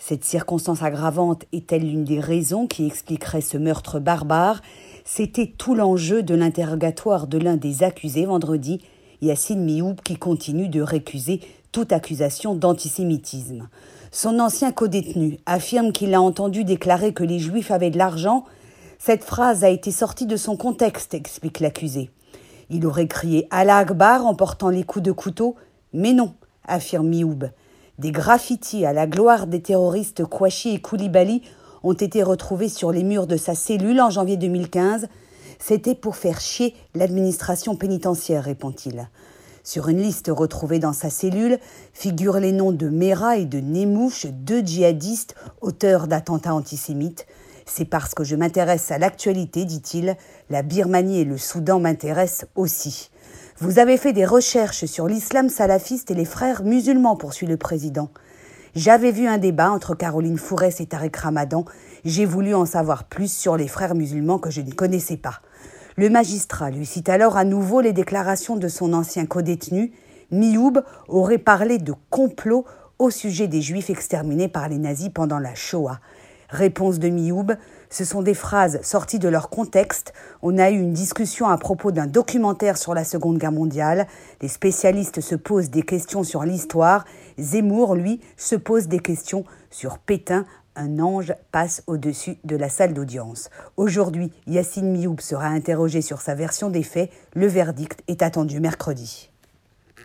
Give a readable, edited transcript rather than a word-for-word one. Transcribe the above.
Cette circonstance aggravante est-elle l'une des raisons qui expliquerait ce meurtre barbare? C'était tout l'enjeu de l'interrogatoire de l'un des accusés vendredi, Yassine Mioub, qui continue de récuser toute accusation d'antisémitisme. Son ancien codétenu affirme qu'il a entendu déclarer que les Juifs avaient de l'argent. Cette phrase a été sortie de son contexte, explique l'accusé. Il aurait crié « Allah Akbar » en portant les coups de couteau, mais non, affirme Mioub. Des graffitis à la gloire des terroristes Kouachi et Koulibaly ont été retrouvés sur les murs de sa cellule en janvier 2015. C'était pour faire chier l'administration pénitentiaire, répond-il. Sur une liste retrouvée dans sa cellule figurent les noms de Mera et de Nemouche, 2 djihadistes auteurs d'attentats antisémites. C'est parce que je m'intéresse à l'actualité, dit-il, la Birmanie et le Soudan m'intéressent aussi. Vous avez fait des recherches sur l'islam salafiste et les frères musulmans, poursuit le président. J'avais vu un débat entre Caroline Fourès et Tariq Ramadan. J'ai voulu en savoir plus sur les frères musulmans que je ne connaissais pas. Le magistrat lui cite alors à nouveau les déclarations de son ancien codétenu. Mioub aurait parlé de complot au sujet des Juifs exterminés par les nazis pendant la Shoah. Réponse de Mioub, ce sont des phrases sorties de leur contexte. On a eu une discussion à propos d'un documentaire sur la Seconde Guerre mondiale. Les spécialistes se posent des questions sur l'histoire. Zemmour, lui, se pose des questions sur Pétain. Un ange passe au-dessus de la salle d'audience. Aujourd'hui, Yassine Mioub sera interrogé sur sa version des faits. Le verdict est attendu mercredi.